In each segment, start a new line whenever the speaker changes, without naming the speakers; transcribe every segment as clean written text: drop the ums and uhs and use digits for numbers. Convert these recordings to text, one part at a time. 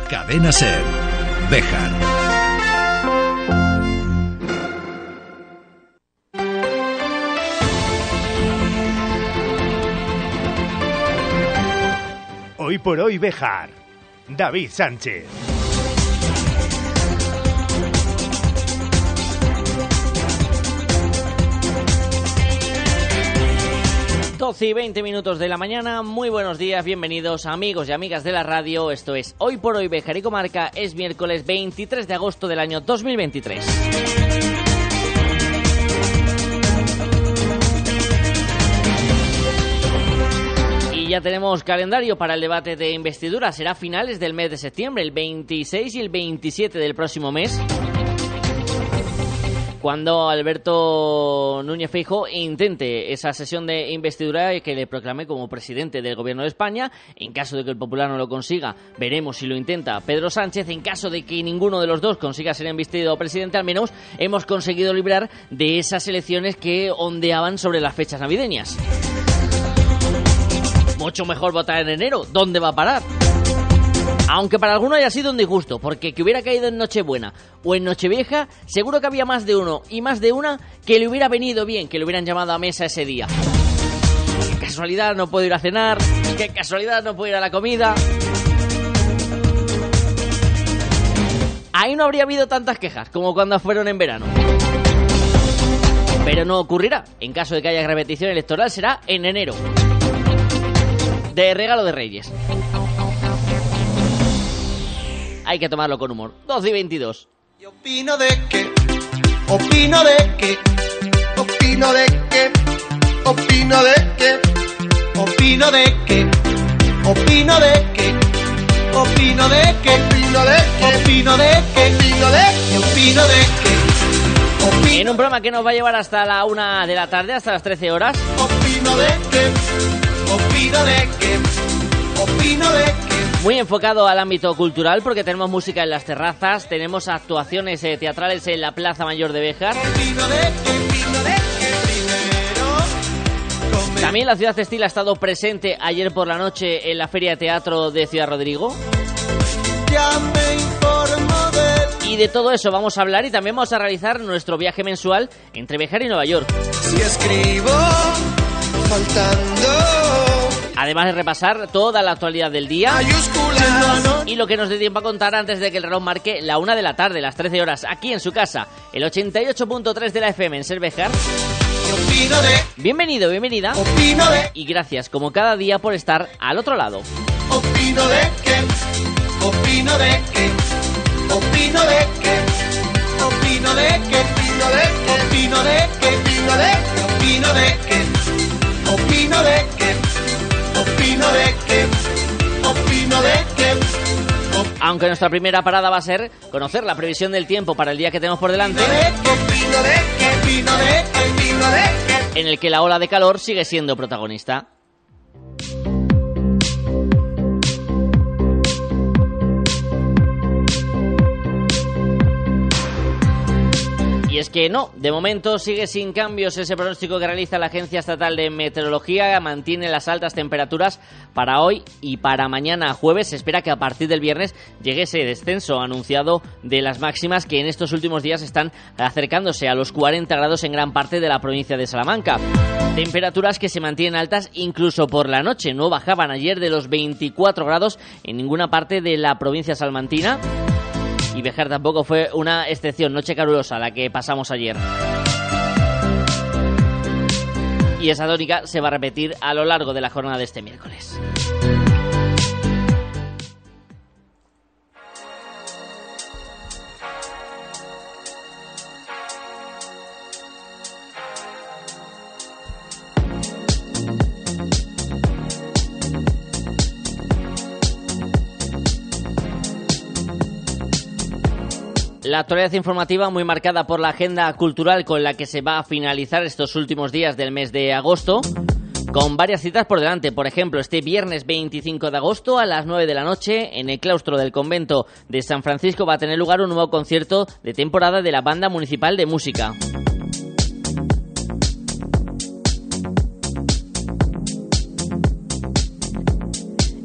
Cadena SER. Béjar.
Hoy por hoy Béjar. David Sánchez.
Y 20 minutos de la mañana, muy buenos días, bienvenidos amigos y amigas de la radio, esto es Hoy por Hoy Béjar y Comarca, es miércoles 23 de agosto del año 2023. Y ya tenemos calendario para el debate de investidura, será a finales del mes de septiembre, el 26 y el 27 del próximo mes, cuando Alberto Núñez Feijóo intente esa sesión de investidura y que le proclame como presidente del Gobierno de España. En caso de que el Popular no lo consiga, veremos si lo intenta Pedro Sánchez. En caso de que ninguno de los dos consiga ser investido presidente, al menos hemos conseguido librar de esas elecciones que ondeaban sobre las fechas navideñas. Mucho mejor votar en enero. ¿Dónde va a parar? Aunque para alguno haya sido un disgusto, porque que hubiera caído en Nochebuena o en Nochevieja, seguro que había más de uno y más de una que le hubiera venido bien, que le hubieran llamado a mesa ese día. Qué casualidad, no puedo ir a cenar, qué casualidad, no puedo ir a la comida. Ahí no habría habido tantas quejas como cuando fueron en verano. Pero no ocurrirá. En caso de que haya repetición electoral, será en enero. De regalo de Reyes. Hay que tomarlo con humor. 12 y 22.
Y opino de que, opino de que, opino de que, opino de que, opino de que, opino de que, opino de que, opino de que, opino de que, opino de que.
En un programa que nos va a llevar hasta la 1 de la tarde, hasta las 13 horas.
Opino de que, opino de que, opino de que.
Muy enfocado al ámbito cultural, porque tenemos música en las terrazas, tenemos actuaciones teatrales en la Plaza Mayor de Béjar. También la ciudad textil ha estado presente ayer por la noche en la Feria de Teatro de Ciudad Rodrigo. Y de todo eso vamos a hablar, y también vamos a realizar nuestro viaje mensual entre Béjar y Nueva York.
Si escribo faltando.
Además de repasar toda la actualidad del día y lo que nos dé tiempo a contar antes de que el reloj marque la 1 de la tarde, las 13 horas, aquí en su casa, el 88.3 de la FM en Ser Béjar. Bienvenido, bienvenida. Y gracias, como cada día, por estar al otro lado.
Opino de que, opino de que, opino de que, opino de que, opino de que, opino de que, opino de que, opino de que. Opino de que, opino de que.
Aunque nuestra primera parada va a ser conocer la previsión del tiempo para el día que tenemos por delante, en el que la ola de calor sigue siendo protagonista. Y es que no, de momento sigue sin cambios ese pronóstico que realiza la Agencia Estatal de Meteorología. Mantiene las altas temperaturas para hoy y para mañana jueves. Se espera que a partir del viernes llegue ese descenso anunciado de las máximas, que en estos últimos días están acercándose a los 40 grados en gran parte de la provincia de Salamanca. Temperaturas que se mantienen altas incluso por la noche. No bajaban ayer de los 24 grados en ninguna parte de la provincia salmantina. Y Béjar tampoco fue una excepción, noche calurosa la que pasamos ayer. Y esa tónica se va a repetir a lo largo de la jornada de este miércoles. La actualidad informativa muy marcada por la agenda cultural con la que se va a finalizar estos últimos días del mes de agosto, con varias citas por delante. Por ejemplo, este viernes 25 de agosto a las 9 de la noche en el claustro del convento de San Francisco va a tener lugar un nuevo concierto de temporada de la Banda Municipal de Música.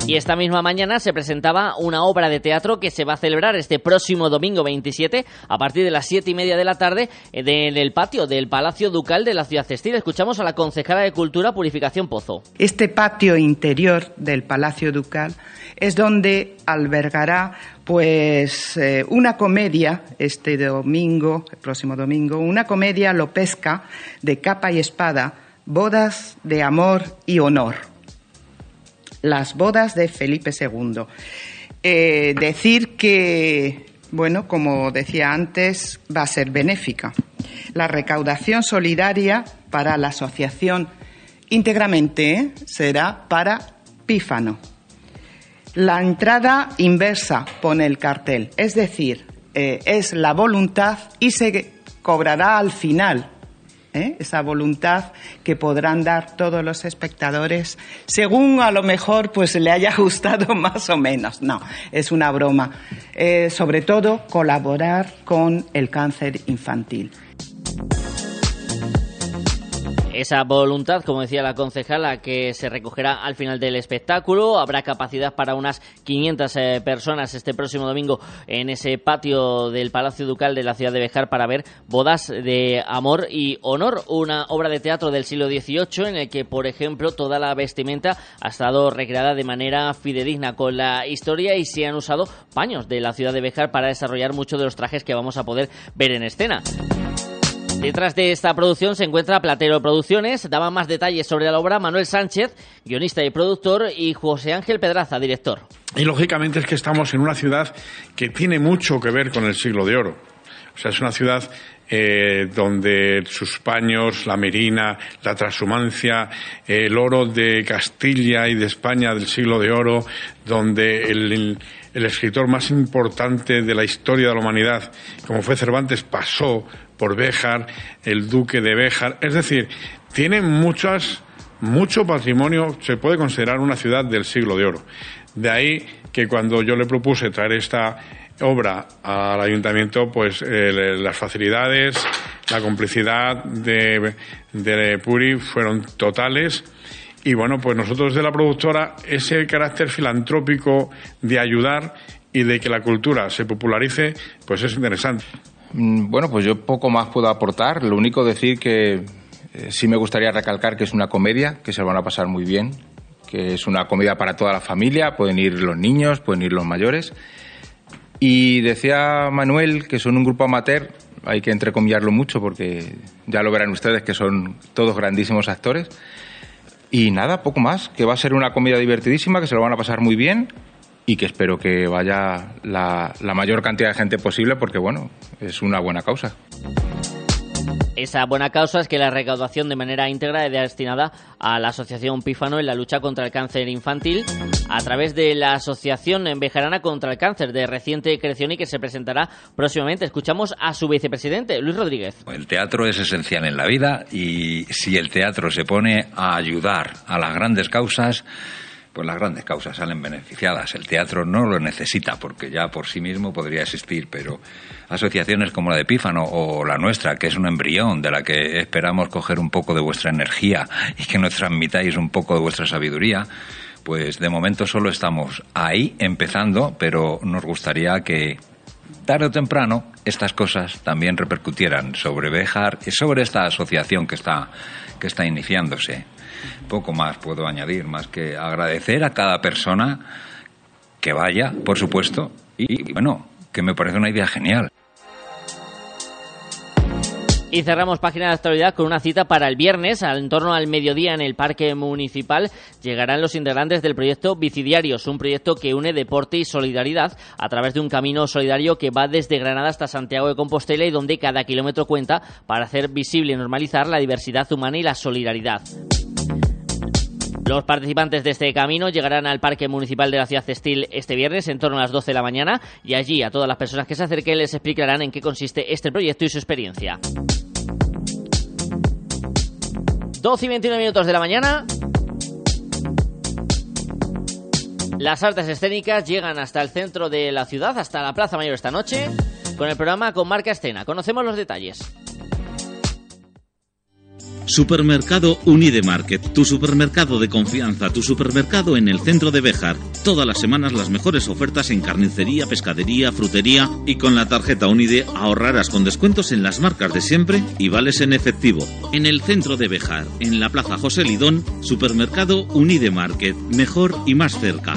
Y esta misma mañana se presentaba una obra de teatro que se va a celebrar este próximo domingo 27 a partir de las 7:30 de la tarde en el patio del Palacio Ducal de la ciudad textil. Escuchamos a la concejala de Cultura, Purificación Pozo.
Este patio interior del Palacio Ducal es donde albergará pues una comedia este domingo, el próximo domingo, una comedia lopesca de capa y espada, Bodas de amor y honor. Las bodas de Felipe II. Decir que, bueno, como decía antes, va a ser benéfica. La recaudación solidaria para la asociación íntegramente será para Pífano. La entrada inversa, pone el cartel, es decir, es la voluntad y se cobrará al final. Esa voluntad que podrán dar todos los espectadores según a lo mejor pues le haya gustado más o menos. No, es una broma. Sobre todo colaborar con el cáncer infantil.
Esa voluntad, como decía la concejala, que se recogerá al final del espectáculo. Habrá capacidad para unas 500 personas este próximo domingo en ese patio del Palacio Ducal de la ciudad de Béjar para ver Bodas de amor y honor, una obra de teatro del siglo XVIII en el que, por ejemplo, toda la vestimenta ha estado recreada de manera fidedigna con la historia y se han usado paños de la ciudad de Béjar para desarrollar muchos de los trajes que vamos a poder ver en escena. Detrás de esta producción se encuentra Platero Producciones. Daban más detalles sobre la obra Manuel Sánchez, guionista y productor, y José Ángel Pedraza, director.
Y lógicamente es que estamos en una ciudad que tiene mucho que ver con el Siglo de Oro. O sea, es una ciudad donde sus paños, la merina, la transhumancia, el oro de Castilla y de España del Siglo de Oro, donde el escritor más importante de la historia de la humanidad, como fue Cervantes, pasó por Béjar, el duque de Béjar. Es decir, tiene mucho patrimonio, se puede considerar una ciudad del Siglo de Oro. De ahí que cuando yo le propuse traer esta obra al ayuntamiento, pues las facilidades, la complicidad de Puri fueron totales. Y bueno, pues nosotros de la productora, ese carácter filantrópico de ayudar y de que la cultura se popularice, pues es interesante.
Bueno, pues yo poco más puedo aportar. Lo único decir que sí me gustaría recalcar que es una comedia, que se lo van a pasar muy bien, que es una comedia para toda la familia, pueden ir los niños, pueden ir los mayores. Y decía Manuel que son un grupo amateur, hay que entrecomillarlo mucho porque ya lo verán ustedes que son todos grandísimos actores. Y nada, poco más, que va a ser una comedia divertidísima, que se lo van a pasar muy bien y que espero que vaya la mayor cantidad de gente posible porque, bueno, es una buena causa.
Esa buena causa es que la recaudación de manera íntegra es destinada a la Asociación Pífano en la lucha contra el cáncer infantil a través de la Asociación Bejarana contra el Cáncer de reciente creación y que se presentará próximamente. Escuchamos a su vicepresidente, Luis Rodríguez.
El teatro es esencial en la vida y si el teatro se pone a ayudar a las grandes causas, pues las grandes causas salen beneficiadas. El teatro no lo necesita porque ya por sí mismo podría existir, pero asociaciones como la de Pífano o la nuestra, que es un embrión de la que esperamos coger un poco de vuestra energía y que nos transmitáis un poco de vuestra sabiduría, pues de momento solo estamos ahí empezando, pero nos gustaría que tarde o temprano estas cosas también repercutieran sobre Béjar y sobre esta asociación que está iniciándose. Poco más puedo añadir, más que agradecer a cada persona que vaya, por supuesto, y bueno, que me parece una idea genial.
Y cerramos página de actualidad con una cita para el viernes, en torno al mediodía en el Parque Municipal. Llegarán los integrantes del proyecto Bicidiarios, un proyecto que une deporte y solidaridad a través de un camino solidario que va desde Granada hasta Santiago de Compostela y donde cada kilómetro cuenta para hacer visible y normalizar la diversidad humana y la solidaridad. Los participantes de este camino llegarán al Parque Municipal de la Ciudad Textil este viernes en torno a las 12 de la mañana y allí a todas las personas que se acerquen les explicarán en qué consiste este proyecto y su experiencia. 12 y 21 minutos de la mañana. Las artes escénicas llegan hasta el centro de la ciudad, hasta la Plaza Mayor esta noche, con el programa Con Marca Escena. Conocemos los detalles.
Supermercado Unidemarket, tu supermercado de confianza, tu supermercado en el centro de Béjar. Todas las semanas las mejores ofertas en carnicería, pescadería, frutería, y con la tarjeta Unide ahorrarás con descuentos en las marcas de siempre y vales en efectivo. En el centro de Béjar, en la Plaza José Lidón, Supermercado Unidemarket, mejor y más cerca.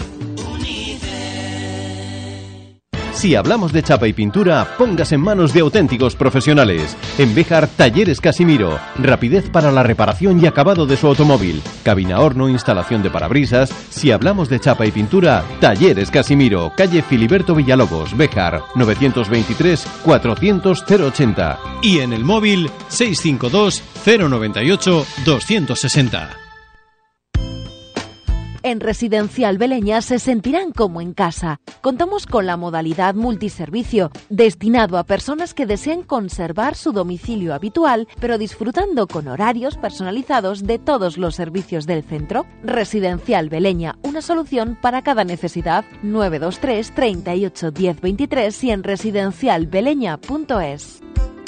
Si hablamos de chapa y pintura, póngase en manos de auténticos profesionales. En Béjar, Talleres Casimiro. Rapidez para la reparación y acabado de su automóvil. Cabina horno, instalación de parabrisas. Si hablamos de chapa y pintura, Talleres Casimiro. Calle Filiberto Villalobos, Béjar. 923 400 080.
Y en el móvil 652 098 260.
En Residencial Beleña se sentirán como en casa. Contamos con la modalidad multiservicio, destinado a personas que desean conservar su domicilio habitual, pero disfrutando con horarios personalizados de todos los servicios del centro. Residencial Beleña, una solución para cada necesidad. 923 38 10 23 y en residencialbeleña.es.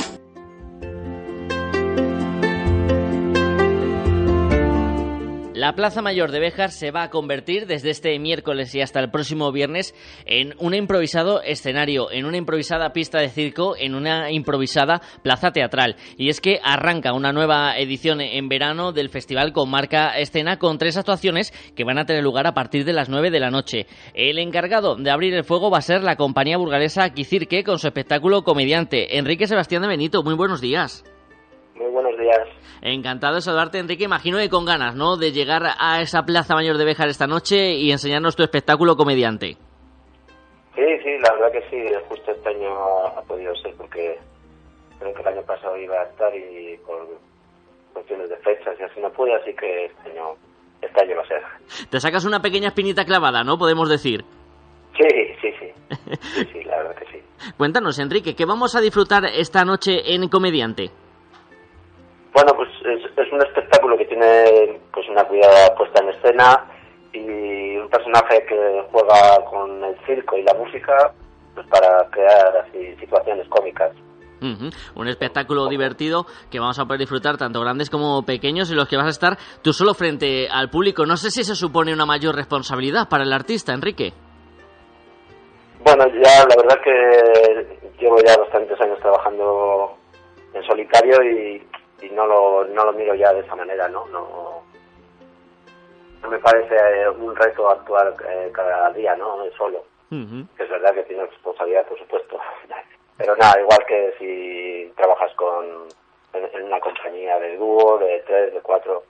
La Plaza Mayor de Béjar se va a convertir desde este miércoles y hasta el próximo viernes en un improvisado escenario, en una improvisada pista de circo, en una improvisada plaza teatral. Y es que arranca una nueva edición en verano del festival con marca escena, con 3 actuaciones que van a tener lugar a partir de las 9 de la noche. El encargado de abrir el fuego va a ser la compañía burgalesa Quicirque con su espectáculo comediante. Enrique Sebastián de Benito, muy buenos días.
Muy buenos días.
Encantado de saludarte, Enrique. Imagino que con ganas, ¿no?, de llegar a esa Plaza Mayor de Béjar esta noche y enseñarnos tu espectáculo comediante.
Sí, la verdad que sí. Justo este año ha podido ser porque creo que el año pasado iba a estar y por cuestiones de fechas y así no pude, así que este año va a ser.
Te sacas una pequeña espinita clavada, ¿no?, podemos decir.
Sí, la verdad que sí.
Cuéntanos, Enrique, ¿qué vamos a disfrutar esta noche en Comediante?
Bueno, pues es un espectáculo que tiene pues una cuidada puesta en escena y un personaje que juega con el circo y la música pues para crear así situaciones cómicas.
Un espectáculo divertido que vamos a poder disfrutar tanto grandes como pequeños, en los que vas a estar tú solo frente al público. No sé si eso supone una mayor responsabilidad para el artista, Enrique.
Bueno, ya la verdad que llevo ya bastantes años trabajando en solitario y no lo miro ya de esa manera, ¿no? No me parece un reto actuar cada día, ¿no? Solo. Que es verdad que tiene responsabilidad, por supuesto. Pero nada, igual que si trabajas en una compañía de dúo, de 3, de 4...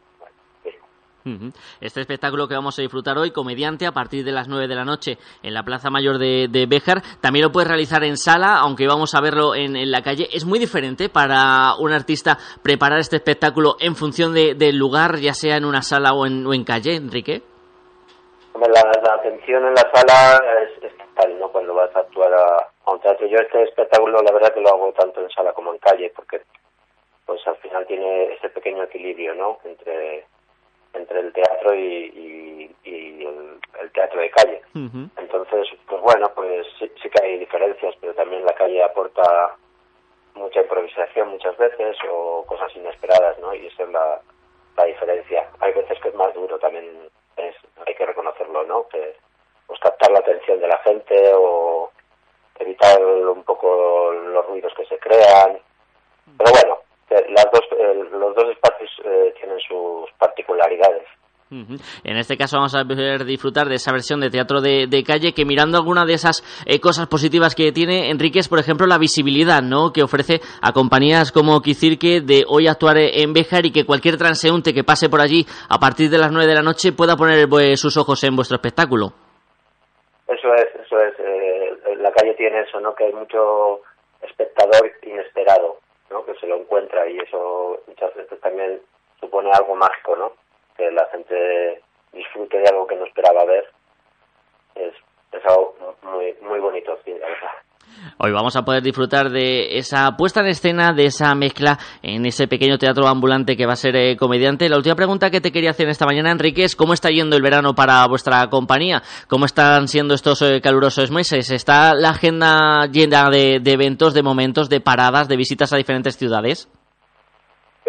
Este espectáculo que vamos a disfrutar hoy, comediante, a partir de las 9 de la noche en la Plaza Mayor de Béjar, también lo puedes realizar en sala, aunque vamos a verlo en la calle. ¿Es muy diferente para un artista preparar este espectáculo en función del lugar, ya sea en una sala o en calle, Enrique?
La atención en la sala es total, ¿no? Cuando vas a actuar a un teatro. Yo este espectáculo, la verdad que lo hago tanto en sala como en calle, porque pues al final tiene ese pequeño equilibrio, ¿no?, entre el teatro y el teatro de calle. Entonces, pues bueno, pues sí que hay diferencias, pero también la calle aporta mucha improvisación muchas veces o cosas inesperadas, ¿no? Y esa es la diferencia. Hay veces que es más duro también, hay que reconocerlo, ¿no? Que pues captar la atención de la gente o evitar un poco los ruidos que se crean. Pero bueno, los dos espacios tienen sus particularidades.
En este caso vamos a poder disfrutar de esa versión de teatro de calle, que mirando alguna de esas cosas positivas que tiene, Enrique, es por ejemplo la visibilidad, ¿no?, que ofrece a compañías como Quicirque de hoy actuar en Béjar, y que cualquier transeúnte que pase por allí a partir de las 9 de la noche pueda poner sus ojos en vuestro espectáculo.
Eso es. La calle tiene eso, ¿no?, que hay mucho espectador inesperado, ¿no?, que se lo encuentra, y eso muchas veces también supone algo mágico, ¿no?, que la gente disfrute de algo que no esperaba ver. Es algo muy, muy bonito, sí, la verdad.
Hoy vamos a poder disfrutar de esa puesta en escena, de esa mezcla en ese pequeño teatro ambulante que va a ser comediante. La última pregunta que te quería hacer esta mañana, Enrique, es ¿cómo está yendo el verano para vuestra compañía? ¿Cómo están siendo estos calurosos meses? ¿Está la agenda llena de eventos, de momentos, de paradas, de visitas a diferentes ciudades?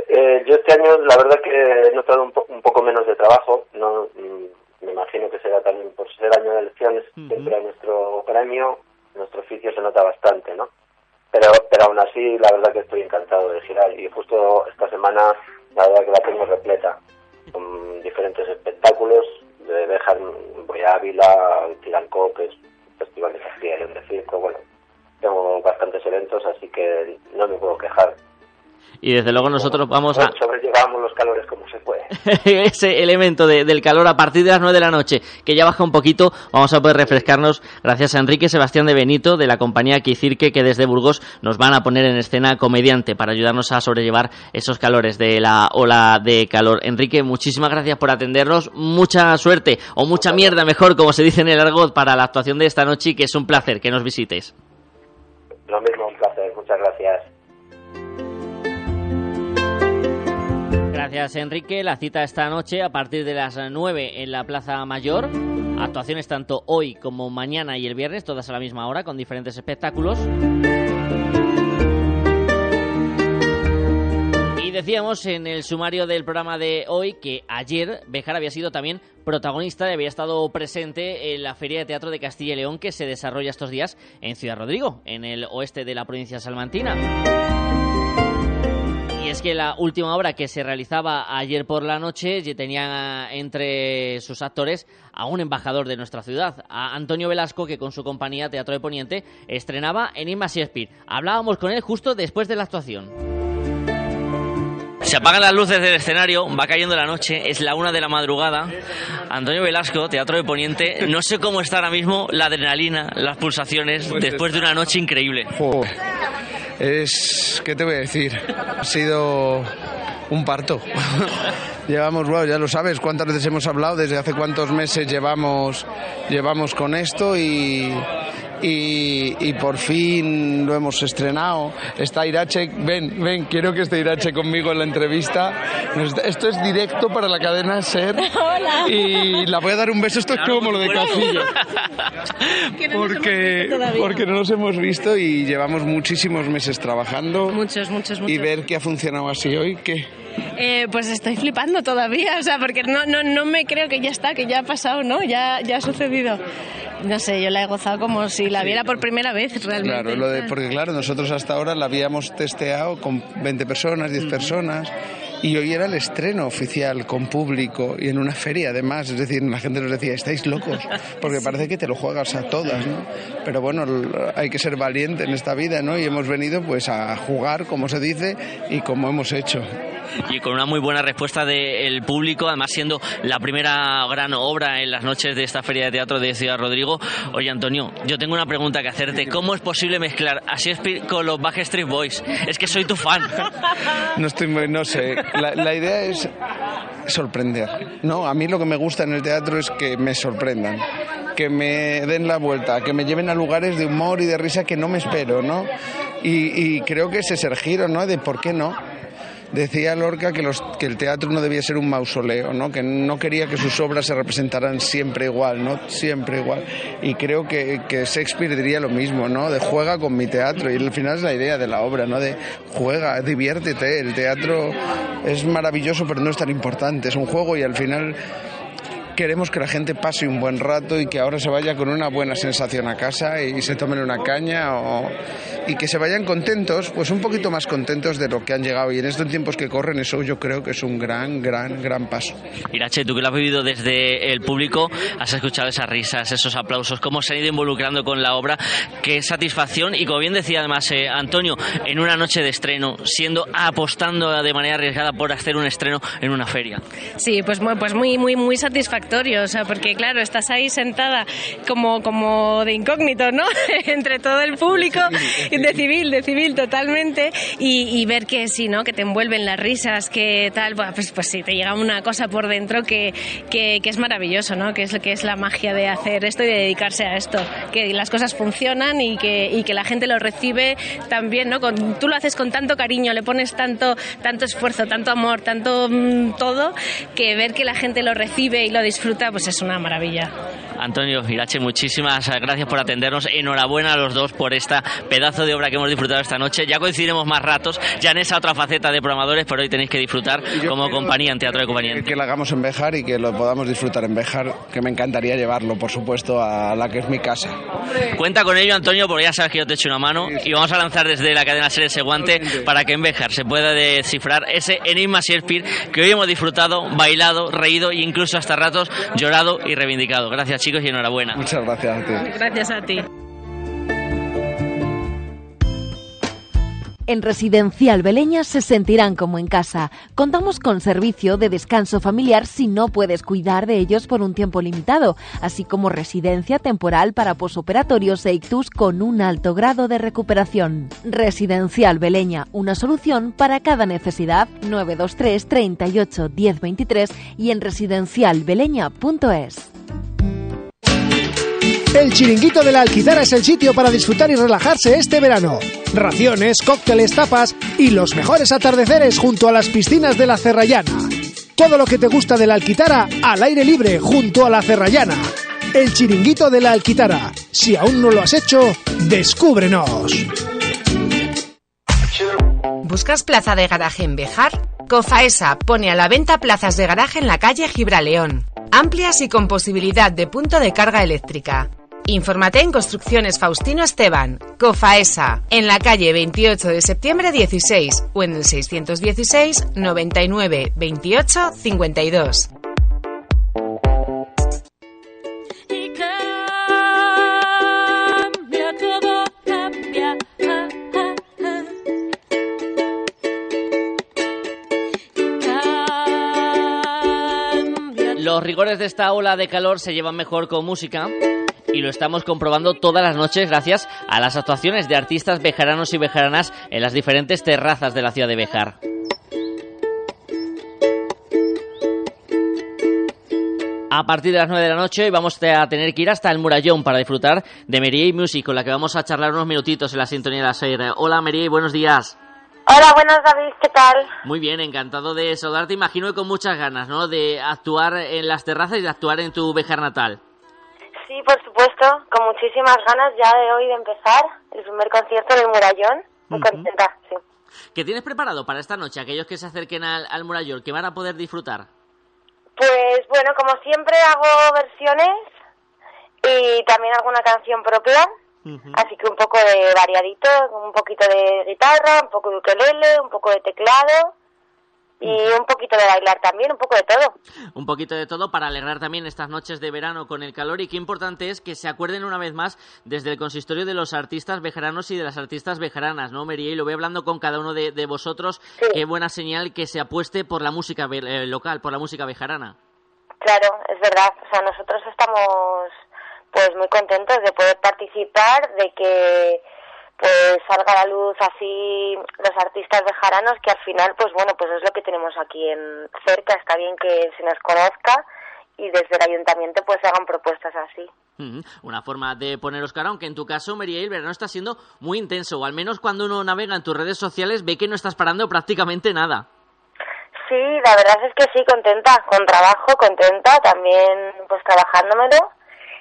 yo este año la verdad que he notado un poco menos de trabajo, no me imagino que será también por ser año de elecciones, siempre a nuestro gremio, nuestro oficio se nota bastante, ¿no? Pero aún así la verdad que estoy encantado de girar, y justo esta semana la verdad que la tengo repleta con diferentes espectáculos. De Béjar voy a Ávila, Tirancó, que es un festival de Castilla y León de circo. Bueno, tengo bastantes eventos, así que no me puedo quejar.
Y desde luego nosotros vamos a...
sobrellevamos los calores como se puede.
Ese elemento del calor a partir de las 9 de la noche, que ya baja un poquito, vamos a poder refrescarnos gracias a Enrique Sebastián de Benito, de la compañía Quicirque, que desde Burgos nos van a poner en escena comediante para ayudarnos a sobrellevar esos calores de la ola de calor. Enrique, muchísimas gracias por atendernos, mucha suerte, o mucha mierda mejor, como se dice en el argot, para la actuación de esta noche, y que es un placer que nos visites.
Lo mismo, un placer, muchas gracias.
Gracias, Enrique. La cita esta noche a partir de las 9 en la Plaza Mayor. Actuaciones tanto hoy como mañana y el viernes, todas a la misma hora, con diferentes espectáculos. Y decíamos en el sumario del programa de hoy que ayer Béjar había sido también protagonista y había estado presente en la Feria de Teatro de Castilla y León, que se desarrolla estos días en Ciudad Rodrigo, en el oeste de la provincia salmantina. Y es que la última obra que se realizaba ayer por la noche tenía entre sus actores a un embajador de nuestra ciudad, a Antonio Velasco, que con su compañía Teatro de Poniente estrenaba Enigma Shakespeare. Hablábamos con él justo después de la actuación. Se apagan las luces del escenario, va cayendo la noche, es la 1 de la madrugada. Antonio Velasco, Teatro de Poniente, no sé cómo está ahora mismo la adrenalina, las pulsaciones, pues después de una noche increíble.
¿Qué te voy a decir? Ha sido un parto. Llevamos, bueno, ya lo sabes, cuántas veces hemos hablado, desde hace cuántos meses llevamos con esto y por fin lo hemos estrenado. Está Irache, ven, quiero que esté Irache conmigo en la entrevista. Esto es directo para la cadena SER. Hola. Y la voy a dar un beso, esto es como lo de Casillo. Porque no nos hemos visto y llevamos muchísimos meses trabajando. Muchos. Y ver que ha funcionado así hoy, ¿qué?
Pues estoy flipando todavía, o sea, porque no me creo que ya está, que ya ha pasado, ¿no? Ya ha sucedido. No sé, yo la he gozado como si la viera por primera vez, realmente.
Claro, porque claro, nosotros hasta ahora la habíamos testeado con 20 personas, 10 personas, y hoy era el estreno oficial con público y en una feria además, es decir, la gente nos decía, estáis locos, porque parece que te lo juegas a todas, ¿no? Pero bueno, hay que ser valiente en esta vida, ¿no? Y hemos venido pues a jugar, como se dice, y como hemos hecho.
Y con una muy buena respuesta del público, además siendo la primera gran obra en las noches de esta Feria de Teatro de Ciudad Rodrigo. Oye, Antonio, yo tengo una pregunta que hacerte. ¿Cómo es posible mezclar a Shakespeare con los Backstreet Boys? Es que soy tu fan.
No sé. La idea es sorprender, ¿no? A mí lo que me gusta en el teatro es que me sorprendan, que me den la vuelta, que me lleven a lugares de humor y de risa que no me espero, ¿no? Y creo que ese es el giro, ¿no? De por qué no. Decía Lorca que el teatro no debía ser un mausoleo, ¿no? Que no quería que sus obras se representaran siempre igual, ¿no? Siempre igual. Y creo que Shakespeare diría lo mismo, ¿no? De juega con mi teatro. Y al final es la idea de la obra, ¿no? De juega, diviértete. El teatro es maravilloso, pero no es tan importante. Es un juego y al final queremos que la gente pase un buen rato y que ahora se vaya con una buena sensación a casa y se tomen una caña y que se vayan contentos, pues un poquito más contentos de lo que han llegado. Y en estos tiempos que corren, eso yo creo que es un gran paso.
Irache, tú que lo has vivido desde el público, has escuchado esas risas, esos aplausos, cómo se han ido involucrando con la obra, qué satisfacción. Y como bien decía además Antonio, en una noche de estreno, apostando de manera arriesgada por hacer un estreno en una feria.
Sí, pues muy satisfactorio. O sea, porque claro, estás ahí sentada como de incógnito, ¿no? Entre todo el público, de civil totalmente, y ver que sí, ¿no? Que te envuelven las risas, que tal, pues sí, te llega una cosa por dentro que es maravilloso, ¿no? Que es la magia de hacer esto y de dedicarse a esto, que las cosas funcionan y que la gente lo recibe también, ¿no? Tú lo haces con tanto cariño, le pones tanto esfuerzo, tanto amor, tanto todo, que ver que la gente lo recibe y lo disfruta, pues es una maravilla.
Antonio, Irache, muchísimas gracias por atendernos. Enhorabuena a los dos por esta pedazo de obra que hemos disfrutado esta noche. Ya coincidiremos más ratos, ya en esa otra faceta de programadores, pero hoy tenéis que disfrutar como compañía en Teatro de Compañía.
Que lo hagamos en Béjar y que lo podamos disfrutar en Béjar, que me encantaría llevarlo, por supuesto, a la que es mi casa.
Cuenta con ello, Antonio, porque ya sabes que yo te echo una mano, y vamos a lanzar desde la cadena SER ese guante para que en Béjar se pueda descifrar ese enigma Shakespeare que hoy hemos disfrutado, bailado, reído e incluso hasta ratos llorado y reivindicado. Gracias, chicos, y enhorabuena.
Muchas gracias a ti.
Gracias a ti.
En Residencial Beleña se sentirán como en casa. Contamos con servicio de descanso familiar si no puedes cuidar de ellos por un tiempo limitado, así como residencia temporal para posoperatorios e ictus con un alto grado de recuperación. Residencial Beleña, una solución para cada necesidad. 923 38 10 23 y en residencialbeleña.es.
El Chiringuito de la Alquitara es el sitio para disfrutar y relajarse este verano. Raciones, cócteles, tapas y los mejores atardeceres junto a las piscinas de la Cerrallana. Todo lo que te gusta de la Alquitara al aire libre junto a la Cerrallana. El Chiringuito de la Alquitara. Si aún no lo has hecho, descúbrenos.
¿Buscas plaza de garaje en Béjar? Cofaesa pone a la venta plazas de garaje en la calle Gibraleón. Amplias y con posibilidad de punto de carga eléctrica. Infórmate en Construcciones Faustino Esteban, Cofaesa, en la calle 28 de septiembre 16 o en el 616 99 28 52.
Los rigores de esta ola de calor se llevan mejor con música y lo estamos comprobando todas las noches gracias a las actuaciones de artistas bejaranos y bejaranas en las diferentes terrazas de la ciudad de Béjar. A partir de las 9 de la noche vamos a tener que ir hasta el Murallón para disfrutar de Meriey Music, con la que vamos a charlar unos minutitos en la sintonía de la SER. Hola Meriey, buenos días.
Hola, buenas David, ¿qué tal?
Muy bien, encantado de saludarte, imagino que con muchas ganas, ¿no?, de actuar en las terrazas y de actuar en tu Béjar natal.
Sí, por supuesto, con muchísimas ganas ya de hoy de empezar el primer concierto del Murallón, muy contenta, sí.
¿Qué tienes preparado para esta noche, aquellos que se acerquen al Murallón, que van a poder disfrutar?
Pues bueno, como siempre hago versiones y también alguna canción propia. Así que un poco de variadito, un poquito de guitarra, un poco de ukelele, un poco de teclado y un poquito de bailar también, un poco de todo.
Un poquito de todo para alegrar también estas noches de verano con el calor, y qué importante es que se acuerden una vez más desde el consistorio de los artistas bejaranos y de las artistas bejaranas, ¿no, Meriey? Lo voy hablando con cada uno de vosotros, sí. Qué buena señal que se apueste por la música local, por la música bejarana.
Claro, es verdad, o sea, nosotros estamos pues muy contentos de poder participar, de que pues salga a la luz así los artistas bejaranos, que al final pues bueno, pues es lo que tenemos aquí en cerca. Está bien que se nos conozca y desde el ayuntamiento pues se hagan propuestas así.
Una forma de poneros cara, aunque en tu caso, Meriey, el verano está siendo muy intenso, o al menos cuando uno navega en tus redes sociales ve que no estás parando prácticamente nada.
Sí, la verdad es que sí, contenta, con trabajo, contenta, también pues trabajándomelo.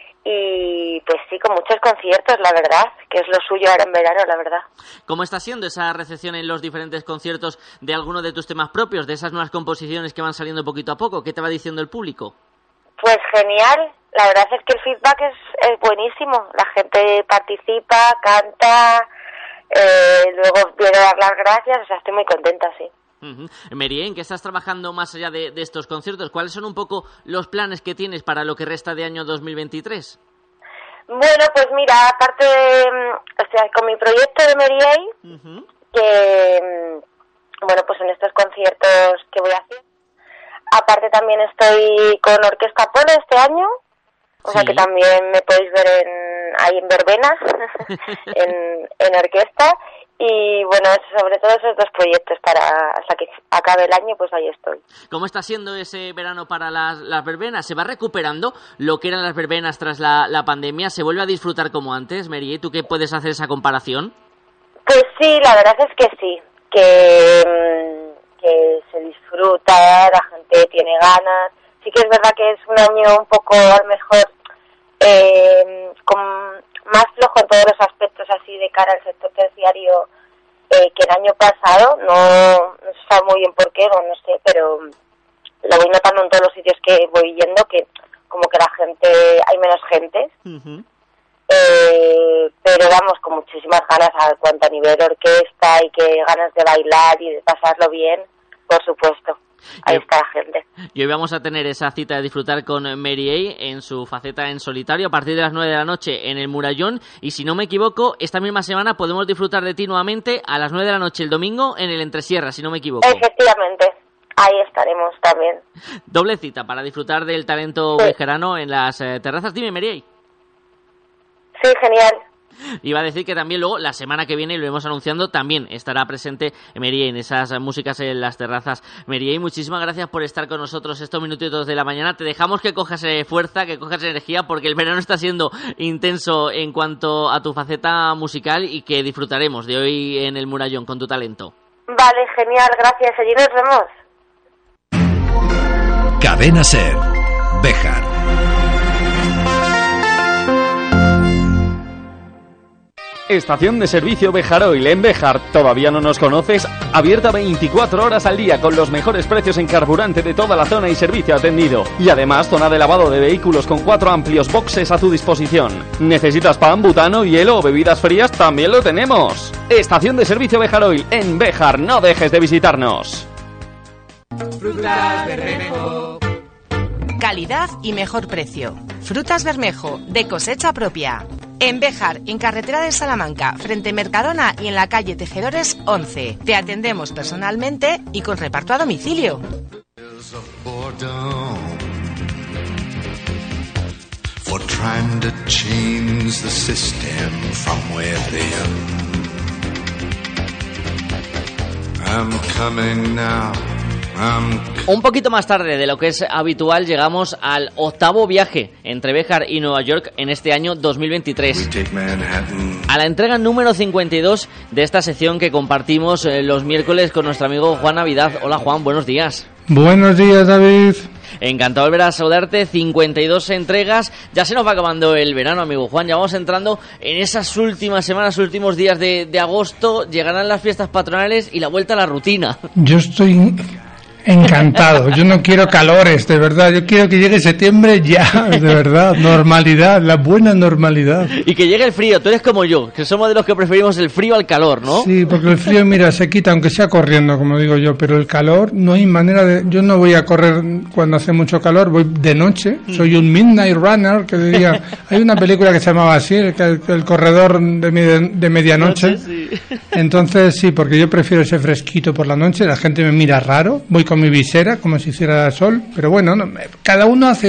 Y pues sí, con muchos conciertos, la verdad, que es lo suyo ahora en verano, la verdad.
¿Cómo está siendo esa recepción en los diferentes conciertos de alguno de tus temas propios, de esas nuevas composiciones que van saliendo poquito a poco? ¿Qué te va diciendo el público?
Pues genial, la verdad es que el feedback es buenísimo. La gente participa, canta, luego viene a dar las gracias, o sea, estoy muy contenta, sí.
Meriey, ¿en qué estás trabajando más allá de estos conciertos? ¿Cuáles son un poco los planes que tienes para lo que resta de año 2023?
Bueno, pues mira, aparte con mi proyecto de Meriey, que bueno, pues en estos conciertos que voy a hacer, aparte también estoy con Orquesta Polo este año, o sea que también me podéis ver ahí en verbenas, en orquesta. Y bueno, sobre todo esos dos proyectos hasta que acabe el año, pues ahí estoy.
¿Cómo está siendo ese verano para las verbenas? ¿Se va recuperando lo que eran las verbenas tras la pandemia? ¿Se vuelve a disfrutar como antes, Meriey? ¿Tú qué puedes hacer esa comparación?
Pues sí, la verdad es que sí, que se disfruta, la gente tiene ganas. Sí que es verdad que es un año un poco, a lo mejor, con más flojo en todos los aspectos así de cara al sector terciario que el año pasado. No se sabe muy bien por qué, no sé, pero lo voy notando en todos los sitios que voy yendo, que como que la gente, hay menos gente. Pero vamos, con muchísimas ganas a cuanto a nivel orquesta y que ganas de bailar y de pasarlo bien, por supuesto. Ahí está la gente.
Y hoy vamos a tener esa cita de disfrutar con Mary A en su faceta en solitario a partir de las 9 de la noche en el Murallón. Y si no me equivoco, esta misma semana podemos disfrutar de ti nuevamente a las 9 de la noche el domingo en el Entresierra, si no me equivoco.
Efectivamente, ahí estaremos también.
Doble cita para disfrutar del talento bejarano en las terrazas. Dime, Mary A.
Sí, genial.
Iba a decir que también luego, la semana que viene, y lo hemos anunciando, también estará presente Mary A en esas músicas en las terrazas. Mary A, muchísimas gracias por estar con nosotros estos minutitos de la mañana. Te dejamos que cojas fuerza, que cojas energía, porque el verano está siendo intenso en cuanto a tu faceta musical y que disfrutaremos de hoy en el Murallón con tu talento.
Vale, genial, gracias. Allí nos vemos.
Cadena SER, Béjar.
Estación de servicio Béjar Oil en Béjar. ¿Todavía no nos conoces? Abierta 24 horas al día con los mejores precios en carburante de toda la zona y servicio atendido. Y además zona de lavado de vehículos con 4 amplios boxes a tu disposición. ¿Necesitas pan, butano, hielo o bebidas frías? También lo tenemos. Estación de servicio Béjar Oil en Béjar. No dejes de visitarnos.
Frutas Bermejo. Calidad y mejor precio. Frutas Bermejo, de cosecha propia. En Béjar, en carretera de Salamanca, frente Mercadona y en la calle Tejedores 11. Te atendemos personalmente y con reparto a domicilio.
For trying to change the system from within. I'm coming now.
Un poquito más tarde de lo que es habitual llegamos al 8º viaje entre Béjar y Nueva York en este año 2023. A la entrega número 52 de esta sección que compartimos los miércoles con nuestro amigo Juan Navidad. Hola Juan, buenos días.
Buenos días, David.
Encantado de volver a saludarte, 52 entregas, ya se nos va acabando el verano, amigo Juan, ya vamos entrando en esas últimas semanas, últimos días de agosto, llegarán las fiestas patronales y la vuelta a la rutina.
Yo estoy encantado, yo no quiero calores, de verdad, yo quiero que llegue septiembre ya, de verdad, normalidad, la buena normalidad.
Y que llegue el frío, tú eres como yo, que somos de los que preferimos el frío al calor, ¿no?
Sí, porque el frío, mira, se quita, aunque sea corriendo, como digo yo, pero el calor no hay manera de... Yo no voy a correr cuando hace mucho calor, voy de noche, soy un midnight runner, que diría... Hay una película que se llamaba así, el corredor de medianoche.
Sí.
Entonces, sí, porque yo prefiero ese fresquito por la noche, la gente me mira raro, voy con mi visera como si hiciera sol, pero bueno, no, cada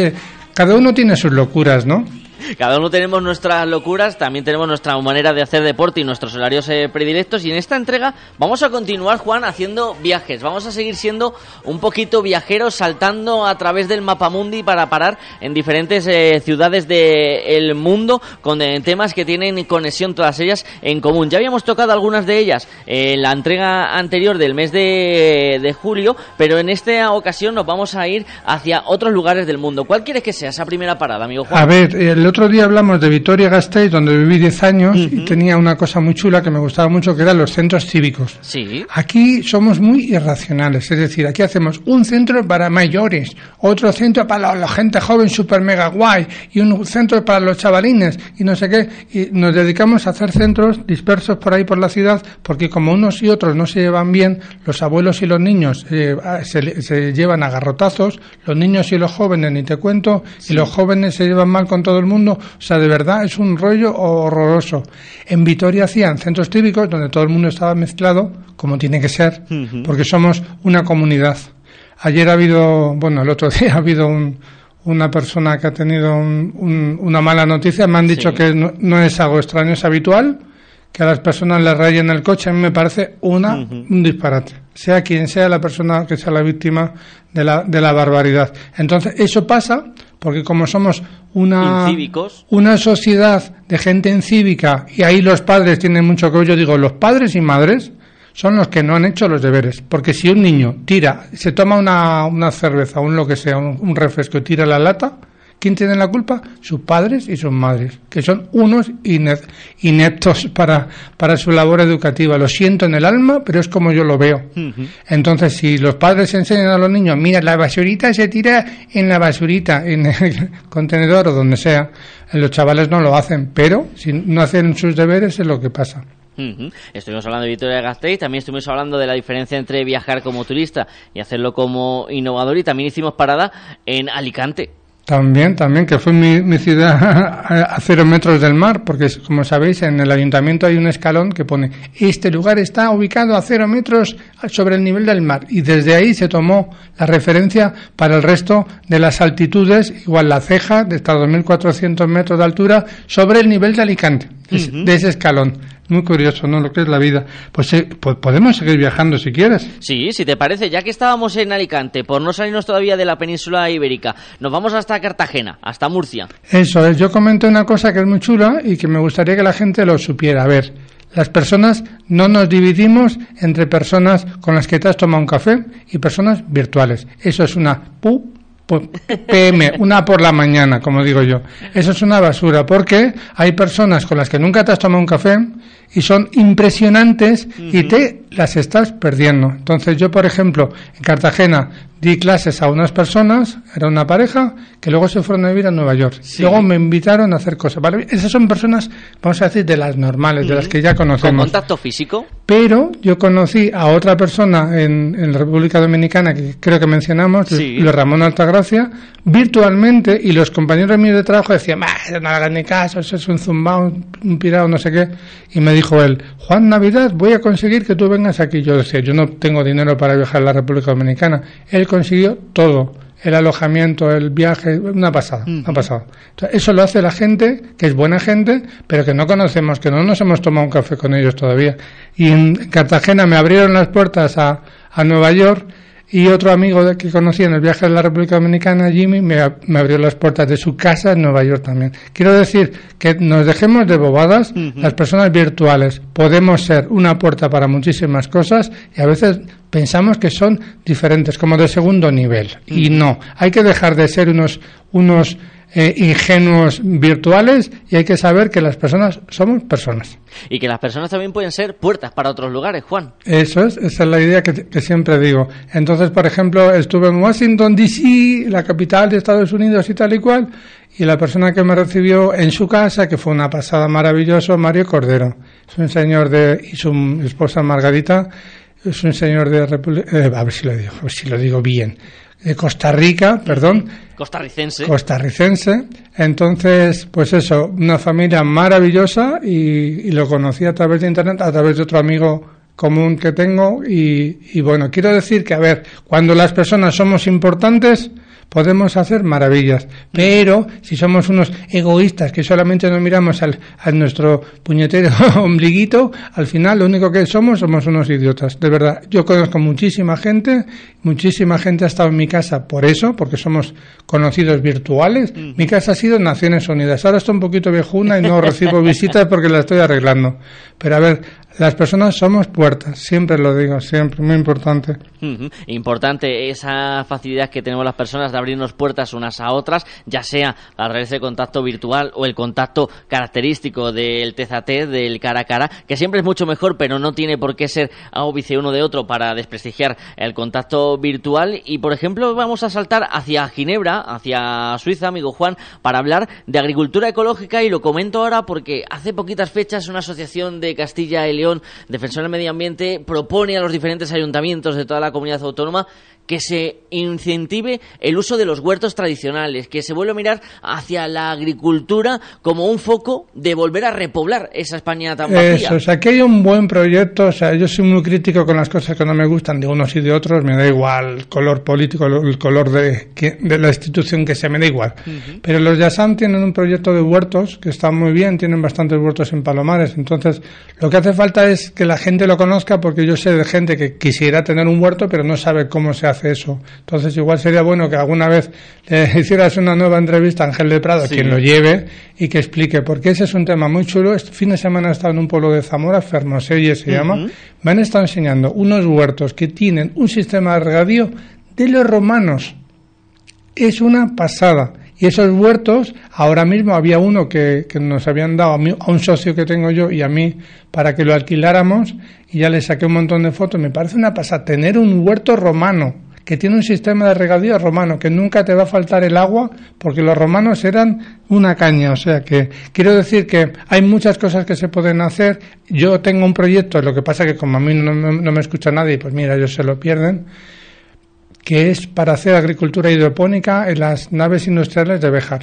uno tiene sus locuras, ¿no?
Cada uno tenemos nuestras locuras, también tenemos nuestra manera de hacer deporte y nuestros horarios predilectos, y en esta entrega vamos a continuar, Juan, haciendo viajes. Vamos a seguir siendo un poquito viajeros, saltando a través del mapamundi para parar en diferentes ciudades del mundo con temas que tienen conexión, todas ellas en común. Ya habíamos tocado algunas de ellas en la entrega anterior del mes de julio, pero en esta ocasión nos vamos a ir hacia otros lugares del mundo. ¿Cuál quieres que sea esa primera parada, amigo Juan?
A ver, el otro día hablamos de Vitoria-Gasteiz, donde viví 10 años, y tenía una cosa muy chula que me gustaba mucho, que eran los centros cívicos.
Sí.
Aquí somos muy irracionales, es decir, aquí hacemos un centro para mayores, otro centro para la gente joven super mega guay, y un centro para los chavalines, y no sé qué, y nos dedicamos a hacer centros dispersos por ahí por la ciudad, porque como unos y otros no se llevan bien, los abuelos y los niños se llevan a garrotazos, los niños y los jóvenes ni te cuento, y los jóvenes se llevan mal con todo el mundo. O sea, de verdad es un rollo horroroso. En Vitoria hacían centros cívicos donde todo el mundo estaba mezclado, como tiene que ser, porque somos una comunidad. Ayer el otro día ha habido una persona que ha tenido una mala noticia. Me han dicho que no es algo extraño, es habitual que a las personas les rayen el coche. A mí me parece un disparate, sea quien sea la persona que sea la víctima de la barbaridad. Entonces eso pasa porque como somos una sociedad de gente incívica, y ahí los padres tienen mucho que ver, yo digo, los padres y madres son los que no han hecho los deberes, porque si un niño se toma una cerveza o lo que sea, un refresco y tira la lata, ¿Quién tiene la culpa? Sus padres y sus madres, que son unos ineptos para su labor educativa. Lo siento en el alma, pero es como yo lo veo. Entonces, si los padres enseñan a los niños, mira, la basurita se tira en la basurita, en el contenedor o donde sea, los chavales no lo hacen, pero si no hacen sus deberes es lo que pasa.
Estuvimos hablando de Vitoria-Gasteiz, también estuvimos hablando de la diferencia entre viajar como turista y hacerlo como innovador, y también hicimos parada en Alicante.
También, que fue mi ciudad a 0 metros del mar, porque como sabéis en el ayuntamiento hay un escalón que pone este lugar está ubicado a 0 metros sobre el nivel del mar, y desde ahí se tomó la referencia para el resto de las altitudes, igual La Ceja, de hasta 2.400 metros de altura sobre el nivel de Alicante, de ese escalón. Muy curioso, ¿no? Lo que es la vida. Pues podemos seguir viajando si quieres.
Sí, si te parece, ya que estábamos en Alicante, por no salirnos todavía de la península ibérica, nos vamos hasta Cartagena, hasta Murcia.
Eso es, yo comenté una cosa que es muy chula y que me gustaría que la gente lo supiera. A ver, las personas no nos dividimos entre personas con las que te has tomado un café y personas virtuales. Eso es una PM, una por la mañana, como digo yo. Eso es una basura, porque hay personas con las que nunca te has tomado un café y son impresionantes y te las estás perdiendo. Entonces yo, por ejemplo, en Cartagena di clases a unas personas, era una pareja, que luego se fueron a vivir a Nueva York. Sí. Luego me invitaron a hacer cosas. ¿Vale? Esas son personas, vamos a decir, de las normales, de las que ya conocemos.
¿Con contacto físico?
Pero yo conocí a otra persona en la República Dominicana, que creo que mencionamos, Luis Ramón Altagracia, virtualmente, y los compañeros míos de trabajo decían, no hagas ni caso, eso es un zumbao, un pirado, no sé qué. Y me dijo él, Juan Navidad, voy a conseguir que tú vengas aquí. Yo decía, yo no tengo dinero para viajar a la República Dominicana. Él consiguió todo, el alojamiento, el viaje, una pasada, una pasada. Entonces, eso lo hace la gente, que es buena gente, pero que no conocemos, que no nos hemos tomado un café con ellos todavía. Y en Cartagena me abrieron las puertas a Nueva York, y otro amigo que conocí en el viaje de la República Dominicana, Jimmy, me abrió las puertas de su casa en Nueva York también. Quiero decir que nos dejemos de bobadas. Las personas virtuales podemos ser una puerta para muchísimas cosas, y a veces pensamos que son diferentes, como de segundo nivel. Y no, hay que dejar de ser unos ingenuos virtuales, y hay que saber que las personas somos personas.
Y que las personas también pueden ser puertas para otros lugares, Juan.
Eso es, esa es la idea que siempre digo. Entonces, por ejemplo, estuve en Washington, D.C., la capital de Estados Unidos y tal y cual, y la persona que me recibió en su casa, que fue una pasada maravillosa, Mario Cordero. Es un señor y su esposa Margarita, es un señor de a ver si lo digo bien, de Costa Rica, perdón. Costarricense. Entonces, pues eso, una familia maravillosa, y lo conocí a través de internet, a través de otro amigo común que tengo, y bueno, quiero decir que, a ver, cuando las personas somos importantes, podemos hacer maravillas, pero si somos unos egoístas que solamente nos miramos a nuestro puñetero ombliguito, al final lo único que somos unos idiotas, de verdad. Yo conozco muchísima gente ha estado en mi casa por eso, porque somos conocidos virtuales. Mi casa ha sido Naciones Unidas, ahora está un poquito viejuna y no recibo visitas porque la estoy arreglando, pero a ver, las personas somos puertas, siempre lo digo, siempre, muy importante.
Importante esa facilidad que tenemos las personas de abrirnos puertas unas a otras, ya sea a través del contacto virtual o el contacto característico del tete a tete, del cara a cara, que siempre es mucho mejor, pero no tiene por qué ser óbice uno de otro para desprestigiar el contacto virtual. Y por ejemplo, vamos a saltar hacia Ginebra, hacia Suiza, amigo Juan, para hablar de agricultura ecológica, y lo comento ahora porque hace poquitas fechas una asociación de Castilla y León, defensora del medio ambiente, propone a los diferentes ayuntamientos de toda la comunidad autónoma que se incentive el uso de los huertos tradicionales, que se vuelva a mirar hacia la agricultura como un foco de volver a repoblar esa España tan vacía.
Eso, o sea, aquí hay un buen proyecto. O sea, yo soy muy crítico con las cosas que no me gustan de unos y de otros, me da igual el color político, el color de la institución que sea, me da igual. Pero los Yasam tienen un proyecto de huertos que está muy bien, tienen bastantes huertos en Palomares, entonces lo que hace falta es que la gente lo conozca, porque yo sé de gente que quisiera tener un huerto pero no sabe cómo se hace eso. Entonces igual sería bueno que alguna vez le hicieras una nueva entrevista a Ángel de Prado, quien lo lleve, y que explique, porque ese es un tema muy chulo. Este fin de semana he estado en un pueblo de Zamora, Fermoselle se llama, me han estado enseñando unos huertos que tienen un sistema de regadío de los romanos. Es una pasada. Y esos huertos, ahora mismo había uno que nos habían dado a un socio que tengo yo y a mí para que lo alquiláramos, y ya le saqué un montón de fotos. Me parece una pasada tener un huerto romano que tiene un sistema de regadío romano, que nunca te va a faltar el agua, porque los romanos eran una caña. O sea que quiero decir que hay muchas cosas que se pueden hacer. Yo tengo un proyecto, lo que pasa que como a mí no me escucha nadie, pues mira, ellos se lo pierden, que es para hacer agricultura hidropónica en las naves industriales de Béjar,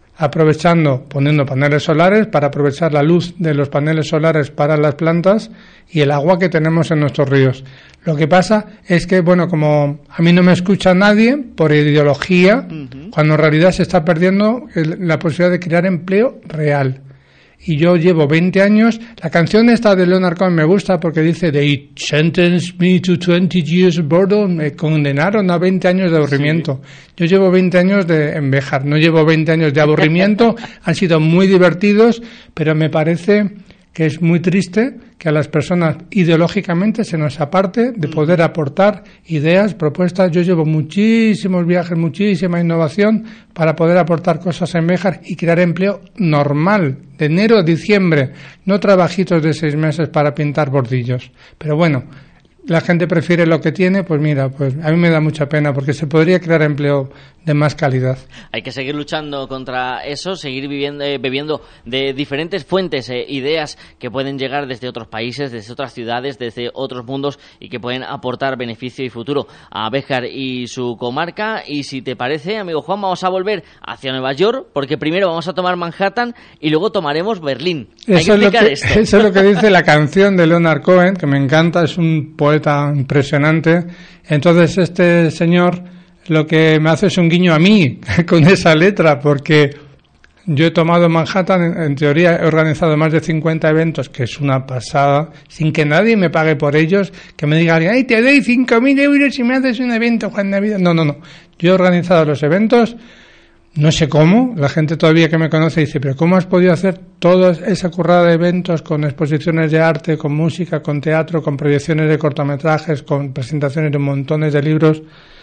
poniendo paneles solares para aprovechar la luz de los paneles solares para las plantas y el agua que tenemos en nuestros ríos. Lo que pasa es que, bueno, como a mí no me escucha nadie por ideología, cuando en realidad se está perdiendo la posibilidad de crear empleo real. Y yo llevo 20 años, la canción esta de Leonard Cohen me gusta porque dice, they sentenced me to 20 years of boredom, me condenaron a 20 años de aburrimiento. Sí. Yo llevo 20 años en Béjar, no llevo 20 años de aburrimiento, han sido muy divertidos, pero me parece que es muy triste que a las personas ideológicamente se nos aparte de poder aportar ideas, propuestas. Yo llevo muchísimos viajes, muchísima innovación para poder aportar cosas en Béjar y crear empleo normal, de enero a diciembre, no trabajitos de 6 meses para pintar bordillos. Pero bueno, la gente prefiere lo que tiene, pues mira, pues a mí me da mucha pena porque se podría crear empleo de más calidad.
Hay que seguir luchando contra eso, seguir bebiendo de diferentes fuentes, ideas que pueden llegar desde otros países, desde otras ciudades, desde otros mundos y que pueden aportar beneficio y futuro a Béjar y su comarca. Y si te parece, amigo Juan, vamos a volver hacia Nueva York porque primero vamos a tomar Manhattan y luego tomaremos Berlín.
Eso es lo que dice la canción de Leonard Cohen, que me encanta, es un poeta impresionante. Entonces este señor lo que me hace es un guiño a mí con esa letra, porque yo he tomado Manhattan, en teoría he organizado más de 50 eventos, que es una pasada, sin que nadie me pague por ellos, que me diga, ay, te doy 5.000 euros si me haces un evento, Juan David. No. Yo he organizado los eventos, no sé cómo, la gente todavía que me conoce dice, pero ¿cómo has podido hacer toda esa currada de eventos con exposiciones de arte, con música, con teatro, con proyecciones de cortometrajes, con presentaciones de montones de libros?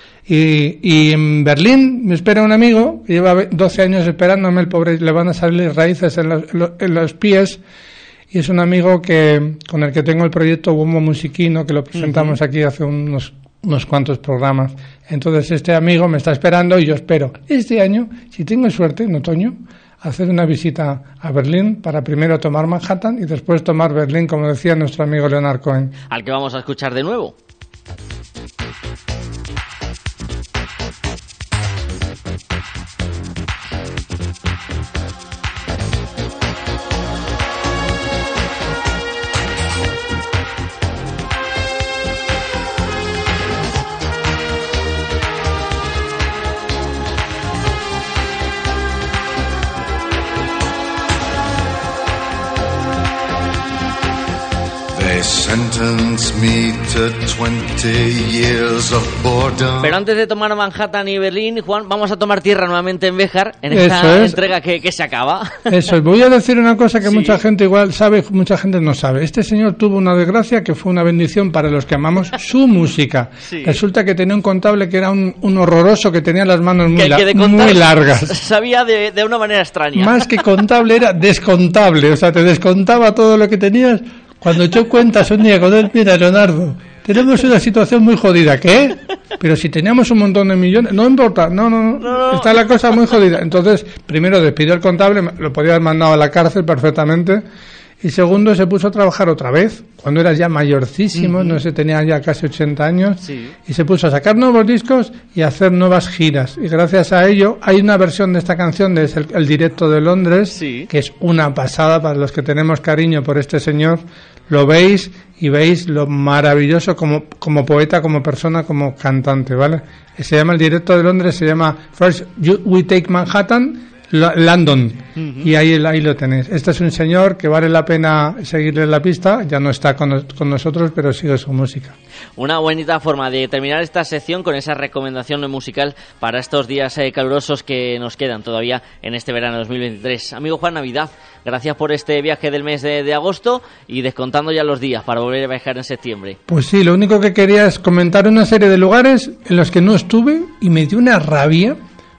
Y en Berlín me espera un amigo que lleva 12 años esperándome, el pobre, le van a salir raíces en los pies, y es un amigo con el que tengo el proyecto Bombo Musiquino, que lo presentamos aquí hace unos cuantos programas. Entonces este amigo me está esperando y yo espero este año, si tengo suerte, en otoño, hacer una visita a Berlín para primero tomar Manhattan y después tomar Berlín, como decía nuestro amigo Leonard Cohen.
Al que vamos a escuchar de nuevo. Pero antes de tomar Manhattan y Berlín, Juan, vamos a tomar tierra nuevamente en Béjar, en esta entrega que se acaba.
Eso es. Voy a decir una cosa que mucha gente igual sabe, mucha gente no sabe. Este señor tuvo una desgracia que fue una bendición para los que amamos su música. Sí. Resulta que tenía un contable que era un horroroso, que tenía las manos muy largas.
Sabía de una manera extraña.
Más que contable, era descontable. O sea, te descontaba todo lo que tenías. Cuando echó cuentas un día con él, mira, Leonardo, tenemos una situación muy jodida. ¿Qué? Pero si teníamos un montón de millones, no importa, no. Está la cosa muy jodida. Entonces, primero despidió al contable, lo podía haber mandado a la cárcel perfectamente, y segundo, se puso a trabajar otra vez, cuando era ya mayorcísimo, no sé, tenía ya casi 80 años, y se puso a sacar nuevos discos y a hacer nuevas giras. Y gracias a ello, hay una versión de esta canción, de el directo de Londres, que es una pasada para los que tenemos cariño por este señor. Lo veis y veis lo maravilloso como poeta, como persona, como cantante, ¿vale? Se llama el directo de Londres, se llama First We Take Manhattan, London, y ahí lo tenéis. Este es un señor que vale la pena seguirle la pista, ya no está con nosotros, pero sigue su música.
Una bonita forma de terminar esta sección con esa recomendación musical para estos días calurosos que nos quedan todavía en este verano 2023. Amigo Juan, Navidad, gracias por este viaje del mes de agosto y descontando ya los días para volver a viajar en septiembre.
Pues sí, lo único que quería es comentar una serie de lugares en los que no estuve y me dio una rabia,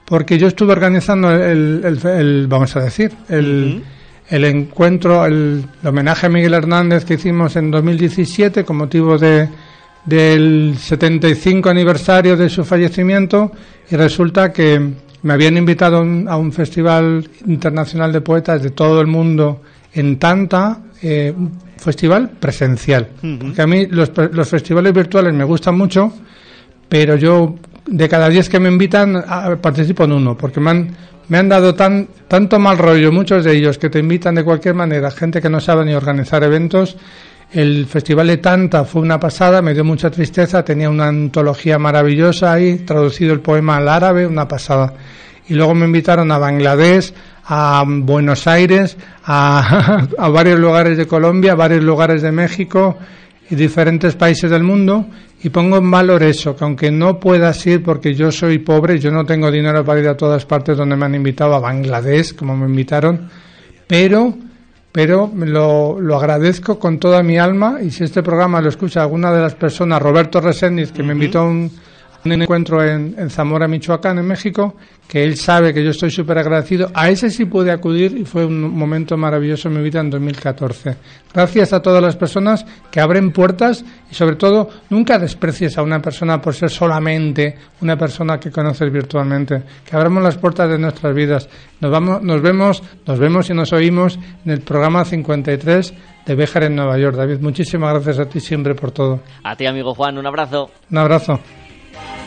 porque yo estuve organizando vamos a decir, el encuentro, el homenaje a Miguel Hernández que hicimos en 2017 con motivo del 75 aniversario de su fallecimiento, y resulta que me habían invitado a un festival internacional de poetas de todo el mundo en Tanta, un festival presencial. Porque a mí los festivales virtuales me gustan mucho, pero yo de cada 10 que me invitan participo en uno, porque me han dado tanto mal rollo, muchos de ellos, que te invitan de cualquier manera, gente que no sabe ni organizar eventos. El Festival de Tanta fue una pasada, me dio mucha tristeza, tenía una antología maravillosa ahí, traducido el poema al árabe, una pasada. Y luego me invitaron a Bangladesh, a Buenos Aires, a varios lugares de Colombia, varios lugares de México y diferentes países del mundo, y pongo en valor eso, que aunque no puedas ir porque yo soy pobre, yo no tengo dinero para ir a todas partes donde me han invitado, a Bangladesh, como me invitaron, pero lo agradezco con toda mi alma, y si este programa lo escucha alguna de las personas, Roberto Reséndiz, que me invitó a un encuentro en Zamora, Michoacán, en México, que él sabe que yo estoy súper agradecido, a ese sí pude acudir y fue un momento maravilloso en mi vida en 2014. Gracias a todas las personas que abren puertas, y sobre todo nunca desprecies a una persona por ser solamente una persona que conoces virtualmente, que abramos las puertas de nuestras vidas. Nos vemos y nos oímos en el programa 53 de Béjar en Nueva York. David, muchísimas gracias a ti siempre por todo.
A ti, amigo Juan, un abrazo.
Un abrazo.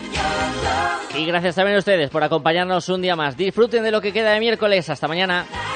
Y gracias también a ustedes por acompañarnos un día más. Disfruten de lo que queda de miércoles. Hasta mañana.